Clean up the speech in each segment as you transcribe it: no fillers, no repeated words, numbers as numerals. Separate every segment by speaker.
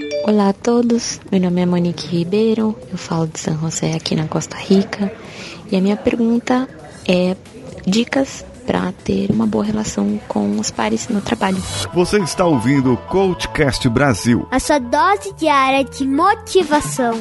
Speaker 1: Olá a todos, meu nome é Monique Ribeiro, eu falo de San José aqui na Costa Rica e a minha pergunta é dicas para ter uma boa relação com os pares no trabalho.
Speaker 2: Você está ouvindo o Coachcast Brasil,
Speaker 3: a sua dose diária de motivação.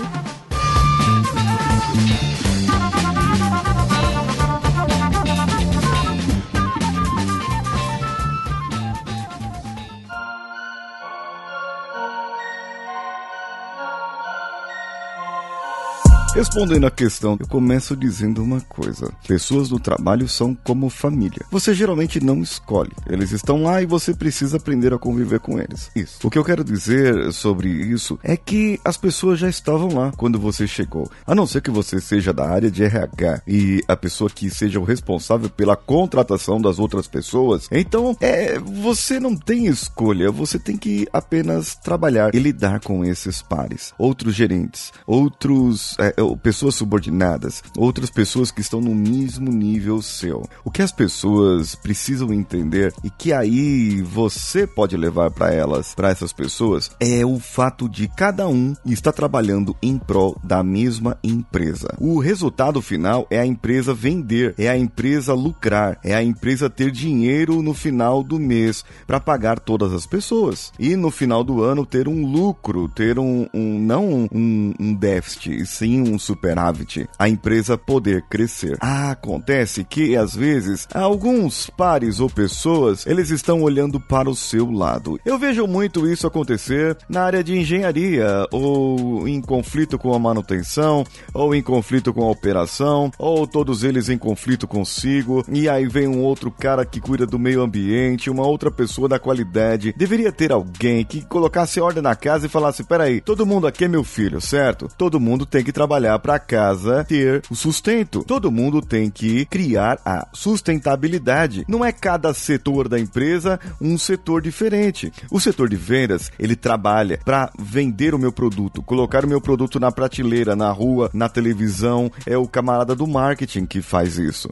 Speaker 2: Respondendo à questão, eu começo dizendo uma coisa. Pessoas no trabalho são como família. Você geralmente não escolhe. Eles estão lá e você precisa aprender a conviver com eles. Isso. O que eu quero dizer sobre isso é que as pessoas já estavam lá quando você chegou. A não ser que você seja da área de RH e a pessoa que seja o responsável pela contratação das outras pessoas. Então, você não tem escolha. Você tem que apenas trabalhar e lidar com esses pares. Outros gerentes, outros... pessoas subordinadas, outras pessoas que estão no mesmo nível seu. O que as pessoas precisam entender e que aí você pode levar para essas pessoas, é o fato de cada um estar trabalhando em prol da mesma empresa. O resultado final é a empresa vender, é a empresa lucrar, é a empresa ter dinheiro no final do mês para pagar todas as pessoas. E no final do ano ter um lucro, ter não um déficit, sim um superávit, a empresa poder crescer. Acontece que, às vezes, alguns pares ou pessoas, eles estão olhando para o seu lado. Eu vejo muito isso acontecer na área de engenharia, ou em conflito com a manutenção, ou em conflito com a operação, ou todos eles em conflito consigo, e aí vem um outro cara que cuida do meio ambiente, uma outra pessoa da qualidade. Deveria ter alguém que colocasse ordem na casa e falasse, peraí, todo mundo aqui é meu filho, certo? Todo mundo tem que trabalhar para casa ter o sustento. Todo mundo tem que criar a sustentabilidade. Não é cada setor da empresa um setor diferente. O setor de vendas, ele trabalha para vender o meu produto, colocar o meu produto na prateleira, na rua, na televisão. É o camarada do marketing que faz isso.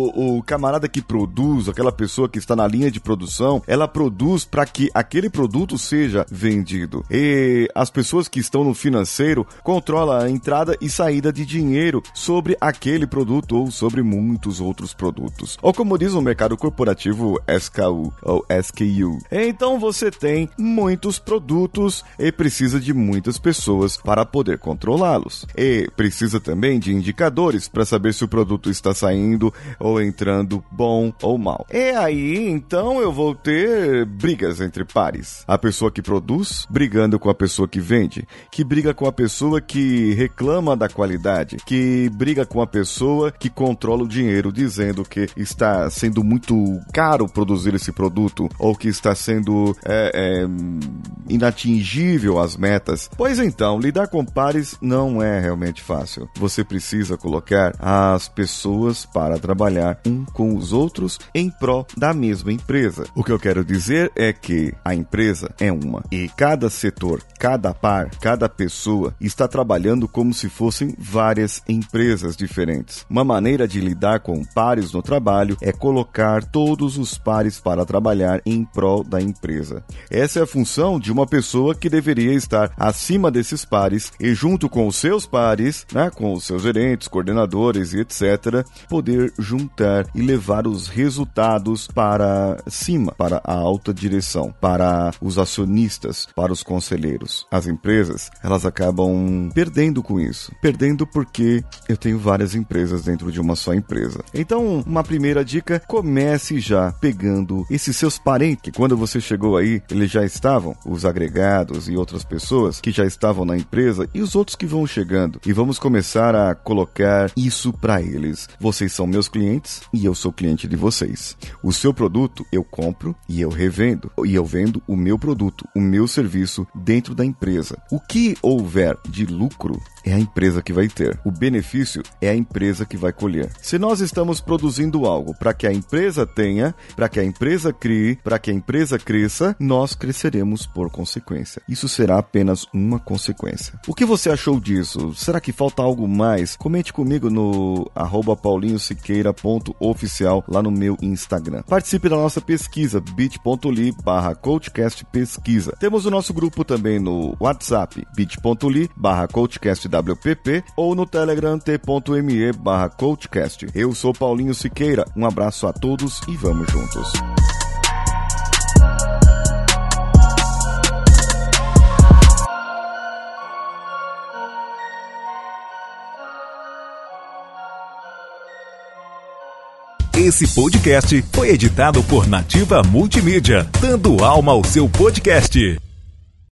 Speaker 2: O camarada que produz, aquela pessoa que está na linha de produção, ela produz para que aquele produto seja vendido. E as pessoas que estão no financeiro controlam a entrada e saída de dinheiro sobre aquele produto ou sobre muitos outros produtos. Ou como diz o mercado corporativo SKU ou SKU. Então você tem muitos produtos e precisa de muitas pessoas para poder controlá-los. E precisa também de indicadores para saber se o produto está saindo ou entrando bom ou mal. E aí, então, eu vou ter brigas entre pares. A pessoa que produz brigando com a pessoa que vende, que briga com a pessoa que reclama da qualidade, que briga com a pessoa que controla o dinheiro, dizendo que está sendo muito caro produzir esse produto ou que está sendo inatingível as metas. Pois então, lidar com pares não é realmente fácil. Você precisa colocar as pessoas para trabalhar um com os outros em prol da mesma empresa. O que eu quero dizer é que a empresa é uma e cada setor, cada par, cada pessoa está trabalhando como se fossem várias empresas diferentes. Uma maneira de lidar com pares no trabalho é colocar todos os pares para trabalhar em prol da empresa. Essa é a função de uma pessoa que deveria estar acima desses pares e junto com os seus pares, com os seus gerentes, coordenadores e etc., poder juntar e levar os resultados para cima, para a alta direção, para os acionistas, para os conselheiros. As empresas, elas acabam perdendo com isso. Perdendo porque eu tenho várias empresas dentro de uma só empresa. Então, uma primeira dica, comece já pegando esses seus parentes, que quando você chegou aí, eles já estavam, os agregados e outras pessoas que já estavam na empresa e os outros que vão chegando. E vamos começar a colocar isso para eles. Vocês são meus clientes e eu sou cliente de vocês. O seu produto eu compro e eu revendo. E eu vendo o meu produto, o meu serviço dentro da empresa. O que houver de lucro é a empresa que vai ter. O benefício é a empresa que vai colher. Se nós estamos produzindo algo para que a empresa tenha, para que a empresa crie, para que a empresa cresça, nós cresceremos por consequência. Isso será apenas uma consequência. O que você achou disso? Será que falta algo mais? Comente comigo no @paulinhosiqueira.oficial lá no meu Instagram. Participe da nossa pesquisa bit.ly/coachcastpesquisa. Temos o nosso grupo também no WhatsApp bit.ly/coachcastwpp ou no Telegram t.me/coachcast. Eu sou Paulinho Siqueira. Um abraço a todos e vamos juntos.
Speaker 4: Esse podcast foi editado por Nativa Multimídia, dando alma ao seu podcast.